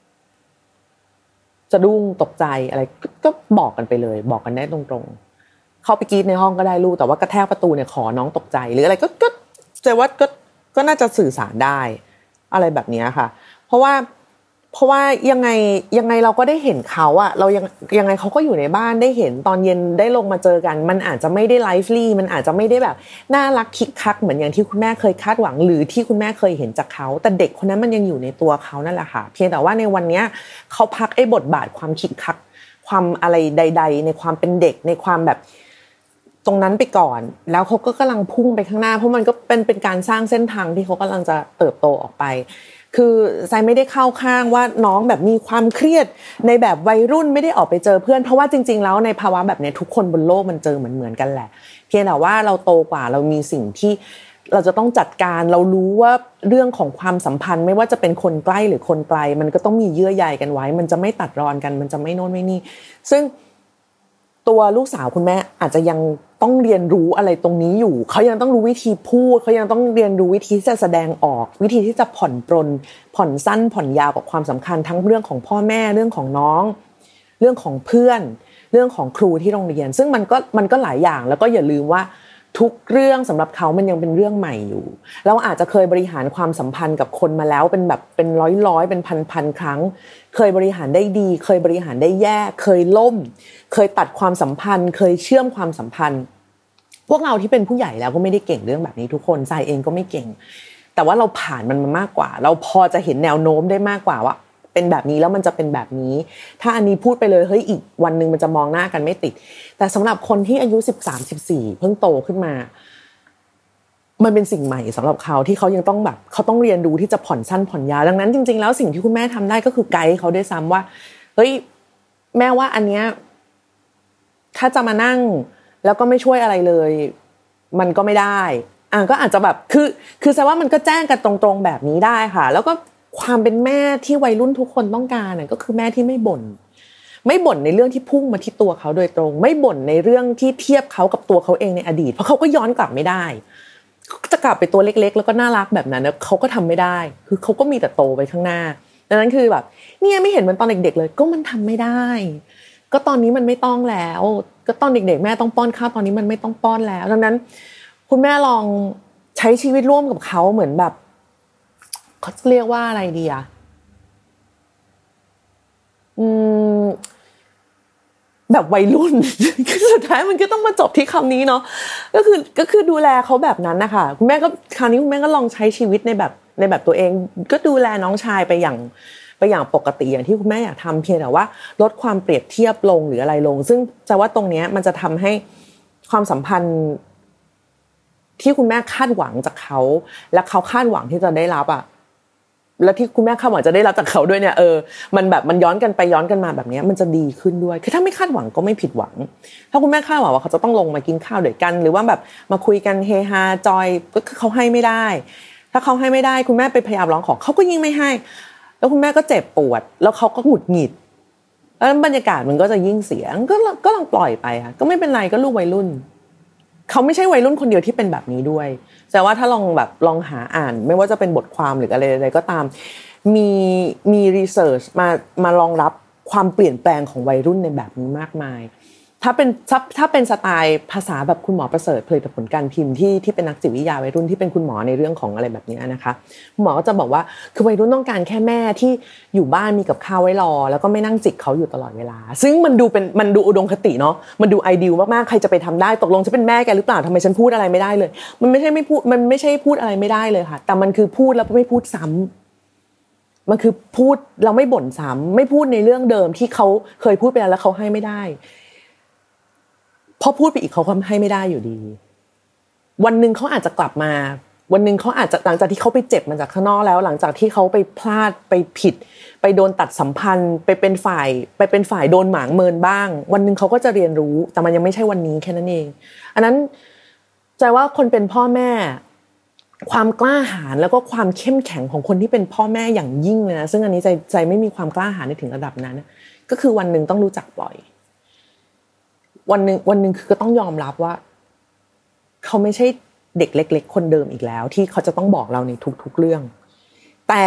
จะดุ้งตกใจอะไรก็บอกกันไปเลยบอกกันได้ตรงๆเข้าไปกรีดในห้องก็ได้ลูกแต่ว่ากระแทกประตูเนี่ยขอน้องตกใจหรืออะไรก็ก็ใจว่าก็ก็น่าจะสื่อสารได้อะไรแบบนี้ค่ะเพราะว่าเพราะว่ายังไงยังไงเราก็ได้เห็นเขาอะเรายังยังไงเขาก็อยู่ในบ้านได้เห็นตอนเย็นได้ลงมาเจอกันมันอาจจะไม่ได้ไลฟ์ลี่มันอาจจะไม่ได้แบบน่ารักคิกคักเหมือนอย่างที่คุณแม่เคยคาดหวังหรือที่คุณแม่เคยเห็นจากเขาแต่เด็กคนนั้นมันยังอยู่ในตัวเขานั่นแหละค่ะเพียงแต่ว่าในวันนี้เขาพักไอ้บทบาทความคิกคักความอะไรใดๆในความเป็นเด็กในความแบบตรงนั้นไปก่อนแล้วเขาก็กำลังพุ่งไปข้างหน้าเพราะมันก็เป็นเป็นการสร้างเส้นทางที่เขากำลังจะเติบโตออกไปคือไซไม่ได้เข้าข้างว่าน้องแบบมีความเครียดในแบบวัยรุ่นไม่ได้ออกไปเจอเพื่อนเพราะว่าจริงๆแล้วในภาวะแบบนี้ทุกคนบนโลกมันเจอเหมือนๆกันแหละเพียงแต่ว่าเราโตกว่าเรามีสิ่งที่เราจะต้องจัดการเรารู้ว่าเรื่องของความสัมพันธ์ไม่ว่าจะเป็นคนใกล้หรือคนไกลมันก็ต้องมีเยื่อใยกันไว้มันจะไม่ตัดรอนกันมันจะไม่โน่นไม่นี่ซึ่งตัวลูกสาวคุณแม่อาจจะยังต้องเรียนรู้อะไรตรงนี้อยู่เขายังต้องรู้วิธีพูดเขายังต้องเรียนรู้วิธีที่จะแสดงออกวิธีที่จะผ่อนปรนผ่อนสั้นผ่อนยาวกับความสำคัญทั้งเรื่องของพ่อแม่เรื่องของน้องเรื่องของเพื่อนเรื่องของครูที่โรงเรียนซึ่งมันก็มันก็หลายอย่างแล้วก็อย่าลืมว่าทุกเรื่องสำหรับเขามันยังเป็นเรื่องใหม่อยู่เราอาจจะเคยบริหารความสัมพันธ์กับคนมาแล้วเป็นแบบเป็นร้อยๆเป็นพันๆครั้งเคยบริหารได้ดีเคยบริหารได้แย่เคยล่มเคยตัดความสัมพันธ์เคยเชื่อมความสัมพันธ์พวกเราที่เป็นผู้ใหญ่แล้วก็ไม่ได้เก่งเรื่องแบบนี้ทุกคนใจเองก็ไม่เก่งแต่ว่าเราผ่านมันมามากกว่าเราพอจะเห็นแนวโน้มได้มากกว่าว่าเป็นแบบนี้แล้วมันจะเป็นแบบนี้ถ้าอันนี้พูดไปเลยเฮ้ยอีกวันนึงมันจะมองหน้ากันไม่ติดแต่สำหรับคนที่อายุสิบสาม สิบสี่เพิ่งโตขึ้นมามันเป็นสิ่งใหม่สำหรับเขาที่เขายังต้องแบบเขาต้องเรียนรู้ที่จะผ่อนสั้นผ่อนยาวดังนั้นจริงๆแล้วสิ่งที่คุณแม่ทำได้ก็คือไกด์เขาด้วยซ้ำว่าเฮ้ยแม่ว่าอันเนี้ยถ้าจะมานั่งแล้วก็ไม่ช่วยอะไรเลยมันก็ไม่ได้อ่ะก็อาจจะแบบคือคือแสดงว่ามันก็แจ้งกันตรงๆแบบนี้ได้ค่ะแล้วก็ความเป็นแม่ที่วัยรุ่นทุกคนต้องการน่ะก็คือแม่ที่ไม่บ่นไม่บ่นในเรื่องที่พุ่งมาที่ตัวเขาโดยตรงไม่บ่นในเรื่องที่เทียบเขากับตัวเขาเองในอดีตเพราะเขาก็ย้อนกลับไม่ได้จะกลับไปตัวเล็กๆแล้วก็น่ารักแบบนั้นเขาก็ทำไม่ได้คือเขาก็มีแต่โตไปข้างหน้าดังนั้นคือแบบเนี่ยไม่เห็นเหมือนตอนเด็กๆเลยก็มันทำไม่ได้ก็ตอนนี้มันไม่ต้องแล้วก็ตอนเด็กๆแม่ต้องป้อนข้าวตอนนี้มันไม่ต้องป้อนแล้วดังนั้นคุณแม่ลองใช้ชีวิตร่วมกับเขาเหมือนแบบเขาเรียกว่าอะไรดีอะอืมแบบวัยรุ่น คือสุดท้ายมันก็ต้องมาจบที่คำนี้เนาะก็คือก็คือดูแลเขาแบบนั้นนะคะคุณแม่ก็คราวนี้คุณแม่ก็ลองใช้ชีวิตในแบบในแบบตัวเองก็ดูแลน้องชายไปอย่างไปอย่างปกติอย่างที่คุณแม่อยากทำเพียงแต่ว่าลดความเปรียบเทียบลงหรืออะไรลงซึ่งจะว่าตรงนี้มันจะทำให้ความสัมพันธ์ที่คุณแม่คาดหวังจากเขาและเขาคาดหวังที่จะได้รับอ่ะแล้วที่คุณแม่คาดหวังจะได้รับจากเขาด้วยเนี่ยเออมันแบบมันย้อนกันไปย้อนกันมาแบบนี้มันจะดีขึ้นด้วยคือถ้าไม่คาดหวังก็ไม่ผิดหวังถ้าคุณแม่คาดหวังว่าเขาจะต้องลงมากินข้าวด้วยกันหรือว่าแบบมาคุยกันเฮฮาจอยก็คือเขาให้ไม่ได้ถ้าเขาให้ไม่ได้คุณแม่ไปพยายามร้องขอเขาก็ยิ่งไม่ให้แล้วคุณแม่ก็เจ็บปวดแล้วเขาก็หงุดหงิดแล้วบรรยากาศมันก็จะยิ่งเสียก็ก็ลองปล่อยไปค่ะก็ไม่เป็นไรก็ลูกวัยรุ่นเขาไม่ใช่วัยรุ่นคนเดียวที่เป็นแบบนี้ด้วยแต่ว่าถ้าลองแบบลองหาอ่านไม่ว่าจะเป็นบทความหรืออะไรใดๆก็ตามมีมีรีเสิร์ชมามารองรับความเปลี่ยนแปลงของวัยรุ่นในแบบนี้มากมายถ้าเป็นถ้าถ้าเป็นสไตล์ภาษาแบบคุณหมอประเสริฐผลิตผลการพิมพ์ที่ที่เป็นนักจิตวิทยาวัยรุ่นที่เป็นคุณหมอในเรื่องของอะไรแบบนี้นะคะหมอก็จะบอกว่าคือวัยรุ่นต้องการแค่แม่ที่อยู่บ้านมีกับข้าวไว้รอแล้วก็ไม่นั่งจิกเขาอยู่ตลอดเวลาซึ่งมันดูเป็นมันดูอุดมคติเนาะมันดูไอเดียมากๆใครจะไปทำได้ตกลงจะเป็นแม่แกหรือเปล่าทำไมฉันพูดอะไรไม่ได้เลยมันไม่ใช่ไม่พูดมันไม่ใช่พูดอะไรไม่ได้เลยค่ะแต่มันคือพูดแล้วไม่พูดซ้ำมันคือพูดเราไม่บ่นซ้ำไม่พูดในเรื่องเดิมที่เขาเคยพูดไปแล้วแล้วเขาให้ไม่ได้พอพูดไปอีกเขาก็ให้ไม่ได้อยู่ดีวันนึงเขาอาจจะกลับมาวันนึงเขาอาจจะหลังจากที่เขาไปเจ็บมาจากข้างนอกแล้วหลังจากที่เขาไปพลาดไปผิดไปโดนตัดสัมพันธ์ไปเป็นฝ่ายไปเป็นฝ่ายโดนหมางเมินบ้างวันนึงเขาก็จะเรียนรู้แต่มันยังไม่ใช่วันนี้แค่นั้นเองอันนั้นใจว่าคนเป็นพ่อแม่ความกล้าหาญแล้วก็ความเข้มแข็งของคนที่เป็นพ่อแม่อย่างยิ่งเลยนะซึ่งอันนี้ใจใจไม่มีความกล้าหาญในถึงระดับนั้นก็คือวันนึงต้องรู้จักปล่อยวันนึงวันนึงคือก็ต้องยอมรับว่าเขาไม่ใช่เด็กเล็กๆคนเดิมอีกแล้วที่เขาจะต้องบอกเราในทุกๆเรื่องแต่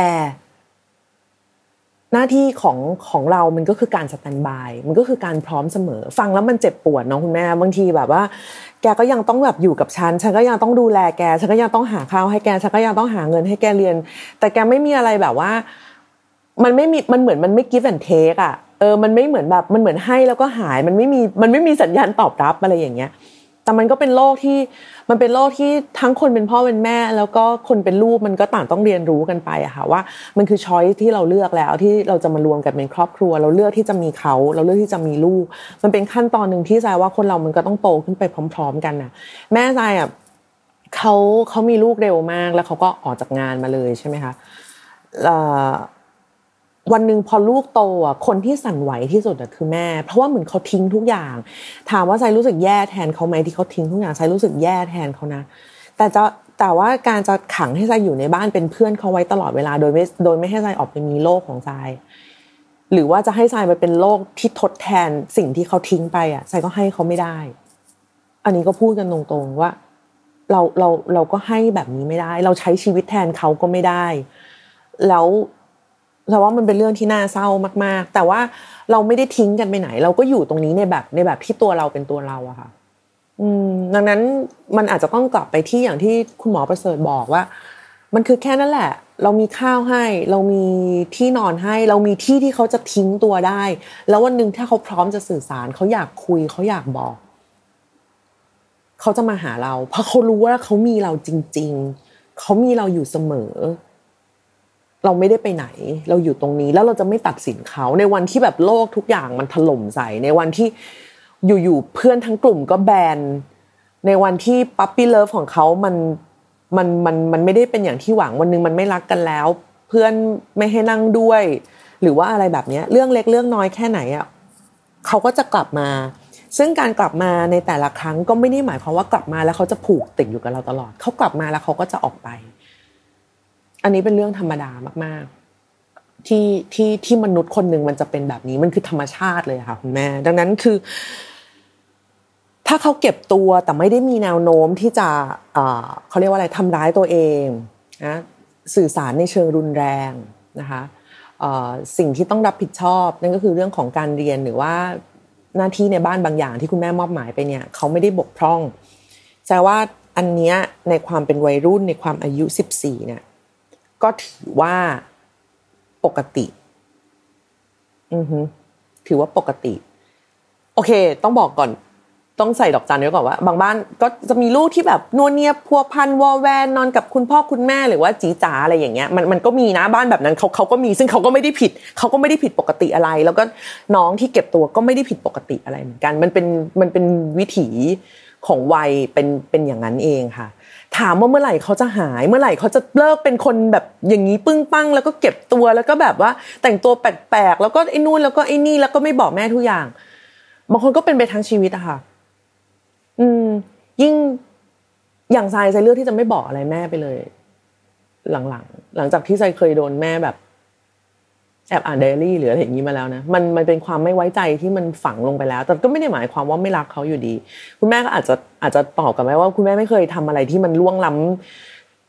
หน้าที่ของของเรามันก็คือการสแตนด์บายมันก็คือการพร้อมเสมอฟังแล้วมันเจ็บปวดเนาะคุณแม่บางทีแบบว่าแกก็ยังต้องแบบอยู่กับฉันฉันก็ยังต้องดูแลแกฉันก็ยังต้องหาข้าวให้แกฉันก็ยังต้องหาเงินให้แกเรียนแต่แกไม่มีอะไรแบบว่ามันไม่มีมันเหมือนมันไม่ give and take อ่ะเออมันไม่เหมือนแบบมันเหมือนให้แล้วก็หายมันไม่มีมันไม่มีสัญญาณตอบรับอะไรอย่างเงี้ยแต่มันก็เป็นโลกที่มันเป็นโลกที่ทั้งคนเป็นพ่อเป็นแม่แล้วก็คนเป็นลูกมันก็ต่างต้องเรียนรู้กันไปอะค่ะว่ามันคือช้อยที่เราเลือกแล้วที่เราจะมารวมกันเป็นครอบครัวเราเลือกที่จะมีเขาเราเลือกที่จะมีลูกมันเป็นขั้นตอนนึงที่ใจว่าคนเรามันก็ต้องโตขึ้นไปพร้อมๆกันน่ะแม่ใจอะเขาเขามีลูกเร็วมากแล้วเขาก็ออกจากงานมาเลยใช่ไหมคะเอ่อวันนึงพอลูกโตอ่ะคนที่สั่นไหวที่สุดอ่ะคือแม่เพราะว่าเหมือนเขาทิ้งทุกอย่างถามว่าใจรู้สึกแย่แทนเขาไหมที่เขาทิ้งทุกอย่างใจรู้สึกแย่แทนเขานะแต่จะแต่ว่าการจะขังให้ใจอยู่ในบ้านเป็นเพื่อนเขาไว้ตลอดเวลาโดยไม่โดยไม่ให้ใจออกไปมีโลกของใจหรือว่าจะให้ใจไปเป็นโลกที่ทดแทนสิ่งที่เขาทิ้งไปอ่ะใจก็ให้เขาไม่ได้อันนี้ก็พูดกันตรงๆว่าเราเราเราก็ให้แบบนี้ไม่ได้เราใช้ชีวิตแทนเขาก็ไม่ได้แล้วแต่ว่ามันเป็นเรื่องที่น่าเศร้ามากๆแต่ว่าเราไม่ได้ทิ้งกันไปไหนเราก็อยู่ตรงนี้ในแบบในแบบที่ตัวเราเป็นตัวเราอะค่ะอืมดังนั้นมันอาจจะต้องกลับไปที่อย่างที่คุณหมอประเสริฐบอกว่ามันคือแค่นั้นแหละเรามีข้าวให้เรามีที่นอนให้เรามีที่ที่เขาจะทิ้งตัวได้แล้ววันนึงถ้าเขาพร้อมจะสื่อสารเขาอยากคุยเขาอยากบอกเขาจะมาหาเราเพราะเขารู้ว่าเขามีเราจริงๆเขามีเราอยู่เสมอเราไม่ได้ไปไหนเราอยู่ตรงนี้แล้วเราจะไม่ตัดสินเขาในวันที่แบบโลกทุกอย่างมันถล่มใส่ในวันที่อยู่ๆเพื่อนทั้งกลุ่มก็แบนในวันที่ปั๊ปปี้เลิฟของเขามันมันมันมันไม่ได้เป็นอย่างที่หวังวันนึงมันไม่รักกันแล้วเพื่อนไม่ให้นั่งด้วยหรือว่าอะไรแบบนี้เรื่องเล็กเรื่องน้อยแค่ไหนอ่ะเขาก็จะกลับมาซึ่งการกลับมาในแต่ละครั้งก็ไม่ได้หมายความว่ากลับมาแล้วเขาจะผูกติดอยู่กับเราตลอดเขากลับมาแล้วเขาก็จะออกไปอันนี้เป็นเรื่องธรรมดามากๆที่ที่ที่มนุษย์คนนึงมันจะเป็นแบบนี้มันคือธรรมชาติเลยค่ะคุณแม่ดังนั้นคือถ้าเขาเก็บตัวแต่ไม่ได้มีแนวโน้มที่จะเอ่อเขาเรียกว่าอะไรทำร้ายตัวเองนะสื่อสารในเชิงรุนแรงนะคะเอ่อสิ่งที่ต้องรับผิดชอบนั่นก็คือเรื่องของการเรียนหรือว่าหน้าที่ในบ้านบางอย่างที่คุณแม่มอบหมายไปเนี่ยเขาไม่ได้บกพร่องแสดงว่าอันเนี้ยในความเป็นวัยรุ่นในความอายุสิบสี่เนี่ยก็ถือว่าปกติอือฮึถือว่าปกติโอเคต้องบอกก่อนต้องใส่ดอกจันไว้ก่อนว่าบางบ้านก็จะมีลูกที่แบบนัวเนียพัวพันวอแวนนอนกับคุณพ่อคุณแม่หรือว่าจีจ๋าอะไรอย่างเงี้ยมันมันก็มีนะบ้านแบบนั้นเขาเขาก็มีซึ่งเขาก็ไม่ได้ผิดเขาก็ไม่ได้ผิดปกติอะไรแล้วก็น้องที่เก็บตัวก็ไม่ได้ผิดปกติอะไรเหมือนกันมันเป็นมันเป็นวิถีของวัยเป็นเป็นอย่างนั้นเองค่ะถามว่าเมื่อไหร่เขาจะหายเมื่อไหร่เขาจะเลิกเป็นคนแบบอย่างนี้ปึ้งปั้งแล้วก็เก็บตัวแล้วก็แบบว่าแต่งตัวแปลกๆแล้วก็ไอ้นู่นแล้วก็ไอ้นี่แล้วก็ไม่บอกแม่ทุกอย่างบางคนก็เป็นไปทั้งชีวิตอะค่ะอืมยิ่งอย่างทรายใจเลือกที่จะไม่บอกอะไรแม่ไปเลยหลังๆหลังจากที่ใจเคยโดนแม่แบบแอบอ่านไดอารี่หรืออะไรอย่างนี้มาแล้วนะมันมันเป็นความไม่ไว้ใจที่มันฝังลงไปแล้วแต่ก็ไม่ได้หมายความว่าไม่รักเขาอยู่ดีคุณแม่ก็อาจจะอาจจะตอบกับแม่ว่าคุณแม่ไม่เคยทำอะไรที่มันล่วงล้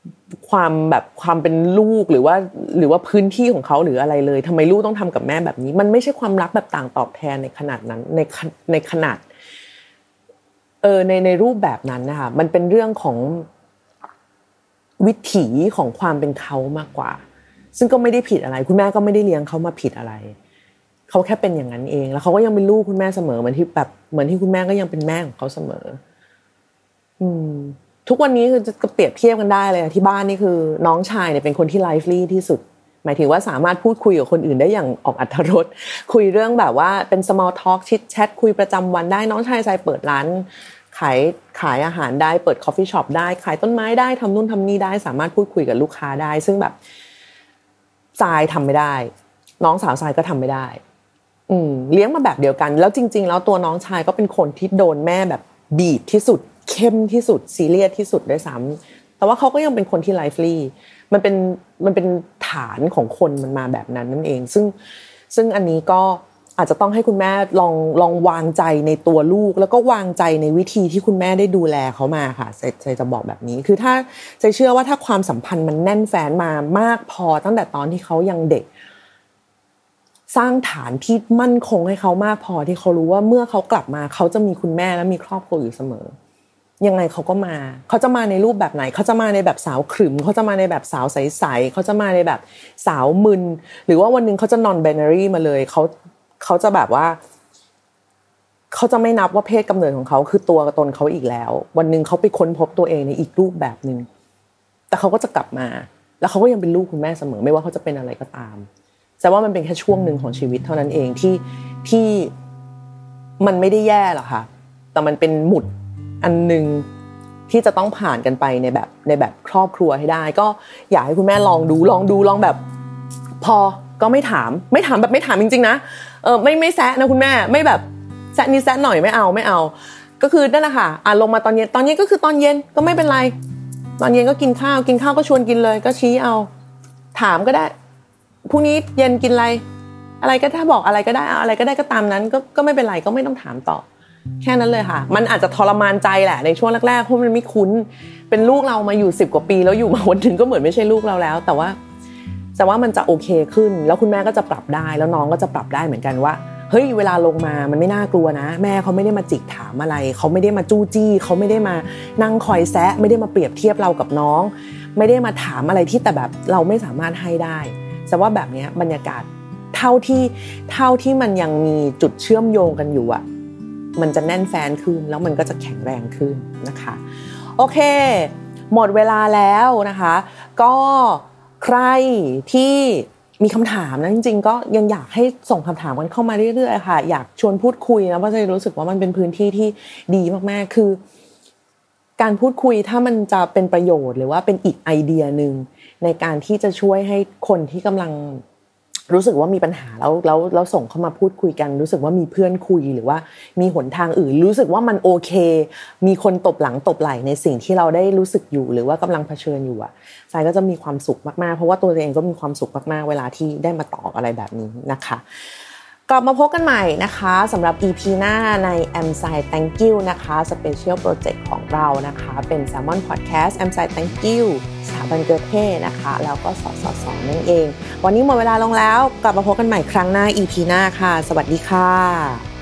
ความแบบความเป็นลูกหรือว่าหรือว่าพื้นที่ของเขาหรืออะไรเลยทำไมลูกต้องทำกับแม่แบบนี้มันไม่ใช่ความรักแบบต่างตอบแทนในขนาดนั้นในในขนาดเออในในรูปแบบนั้นนะคะมันเป็นเรื่องของวิถีของความเป็นเขามากกว่าซึ่งก็ไม่ได้ผิดอะไรคุณแม่ก็ไม่ได้เลี้ยงเขามาผิดอะไรเขาแค่เป็นอย่างนั้นเองแล้วเขาก็ยังเป็นลูกคุณแม่เสมอเหมือนที่แบบเหมือนที่คุณแม่ก็ยังเป็นแม่ของเขาเสมออืมทุกวันนี้คือจะเปรียบเทียบกันได้เลยที่บ้านนี่คือน้องชายเนี่ยเป็นคนที่ไลฟ์ลี่ที่สุดหมายถึงว่าสามารถพูดคุยกับคนอื่นได้อย่างออกอรรถรสคุยเรื่องแบบว่าเป็น small talk chit chat คุยประจำวันได้น้องชายชายเปิดร้านขายขายอาหารได้เปิด coffee shop ได้ขายต้นไม้ได้ทำนู่นทำนี่ได้สามารถพูดคุยกับลูกค้าได้ซึ่งแบบทรายทำไม่ได้น้องสาวทรายก็ทำไม่ได้อืมเลี้ยงมาแบบเดียวกันแล้วจริงๆแล้วตัวน้องชายก็เป็นคนที่โดนแม่แบบบีบที่สุดเข้มที่สุดซีเรียสที่สุดด้วยซ้ำแต่ว่าเขาก็ยังเป็นคนที่ไลฟ์ลี่มันเป็นมันเป็นฐานของคนมันมาแบบนั้นนั่นเองซึ่งซึ่งอันนี้ก็อาจจะต้องให้คุณแม่ลองลองวางใจในตัวลูกแล้วก็วางใจในวิธีที่คุณแม่ได้ดูแลเขามาค่ะใจจะบอกแบบนี้คือถ้าใจเชื่อว่าถ้าความสัมพันธ์มันแน่นแฟ้นมามากพอตั้งแต่ตอนที่เขายังเด็กสร้างฐานที่มั่นคงให้เขามากพอที่เขารู้ว่าเมื่อเขากลับมาเขาจะมีคุณแม่และมีครอบครัวอยู่เสมอยังไงเขาก็มาเขาจะมาในรูปแบบไหนเขาจะมาในแบบสาวขรึมเขาจะมาในแบบสาวใสๆเขาจะมาในแบบสาวมึนหรือว่าวันนึงเขาจะ non binary มาเลยเขาเขาจะแบบว่าเขาจะไม่นับว่าเพศกำเนิดของเขาคือตัวตนเขาอีกแล้ววันนึงเขาไปค้นพบตัวเองในอีกรูปแบบนึงแต่เขาก็จะกลับมาแล้วเขาก็ยังเป็นลูกคุณแม่เสมอไม่ว่าเขาจะเป็นอะไรก็ตามแต่ว่ามันเป็นแค่ช่วงนึงของชีวิตเท่านั้นเองที่ที่มันไม่ได้แย่หรอกค่ะแต่มันเป็นหมุดอันนึงที่จะต้องผ่านกันไปในแบบในแบบครอบครัวให้ได้ก็อยากให้คุณแม่ลองดูลองดูลองแบบพอก็ไม่ถามไม่ถามแบบไม่ถามจริงๆนะเออไม่ไม่แซะนะคุณแม่ไม่แบบแซะนิดแซะหน่อยไม่เอาไม่เอาก็คือนั่นแหละค่ะอ่ะลงมาตอนเย็นตอนเย็นก็คือตอนเย็นก็ไม่เป็นไรตอนเย็นก็กินข้าวกินข้าวก็ชวนกินเลยก็ชี้เอาถามก็ได้พรุ่งนี้เย็นกินอะไรอะไรก็ถ้าบอกอะไรก็ได้เอาอะไรก็ได้ก็ตามนั้นก็ก็ไม่เป็นไรก็ไม่ต้องถามต่อแค่นั้นเลยค่ะมันอาจจะทรมานใจแหละในช่วงแรกๆเพราะมันไม่คุ้นเป็นลูกเรามาอยู่สิบกว่าปีแล้วอยู่มาวันนึงก็เหมือนไม่ใช่ลูกเราแล้วแต่ว่าแต่ว่ามันจะโอเคขึ้นแล้วคุณแม่ก็จะปรับได้แล้วน้องก็จะปรับได้เหมือนกันว่าเฮ้ยเวลาลงมามันไม่น่ากลัวนะแม่เขาไม่ได้มาจิกถามอะไรเขาไม่ได้มาจู้จี้เขาไม่ได้มานั่งคอยแซะไม่ได้มาเปรียบเทียบเรากับน้องไม่ได้มาถามอะไรที่แต่แบบเราไม่สามารถให้ได้แต่ว่าแบบนี้บรรยากาศเท่าที่เท่าที่มันยังมีจุดเชื่อมโยงกันอยู่อะมันจะแน่นแฟ้นขึ้นแล้วมันก็จะแข็งแรงขึ้นนะคะโอเคหมดเวลาแล้วนะคะก็ใครที่มีคำถามนะจริงๆก็ยังอยากให้ส่งคำถามกันเข้ามาเรื่อยๆค่ะอยากชวนพูดคุยนะเพราะจะรู้สึกว่ามันเป็นพื้นที่ที่ดีมากๆคือการพูดคุยถ้ามันจะเป็นประโยชน์หรือว่าเป็นอีกไอเดียนึงในการที่จะช่วยให้คนที่กำลังรู้สึกว่ามีปัญหาแล้วแล้วแล้วส่งเข้ามาพูดคุยกันรู้สึกว่ามีเพื่อนคุยหรือว่ามีหนทางอื่นรู้สึกว่ามันโอเคมีคนตบหลังตบไหล่ในสิ่งที่เราได้รู้สึกอยู่หรือว่ากำลังเผชิญอยู่อ่ะทรายก็จะมีความสุขมากๆเพราะว่าตัวเองก็มีความสุขมากๆเวลาที่ได้มาตอบอะไรแบบนี้นะคะกลับมาพบกันใหม่นะคะสำหรับ อี พี หน้าใน Am Sai Thank You นะคะ Special Project ของเรานะคะเป็น Salmon Podcast Am Sai Thank You สถาบันเกิดเท่นะคะแล้วก็สสสนั่นเองวันนี้หมดเวลาลงแล้วกลับมาพบกันใหม่ครั้งหน้า อี พี หน้าค่ะสวัสดีค่ะ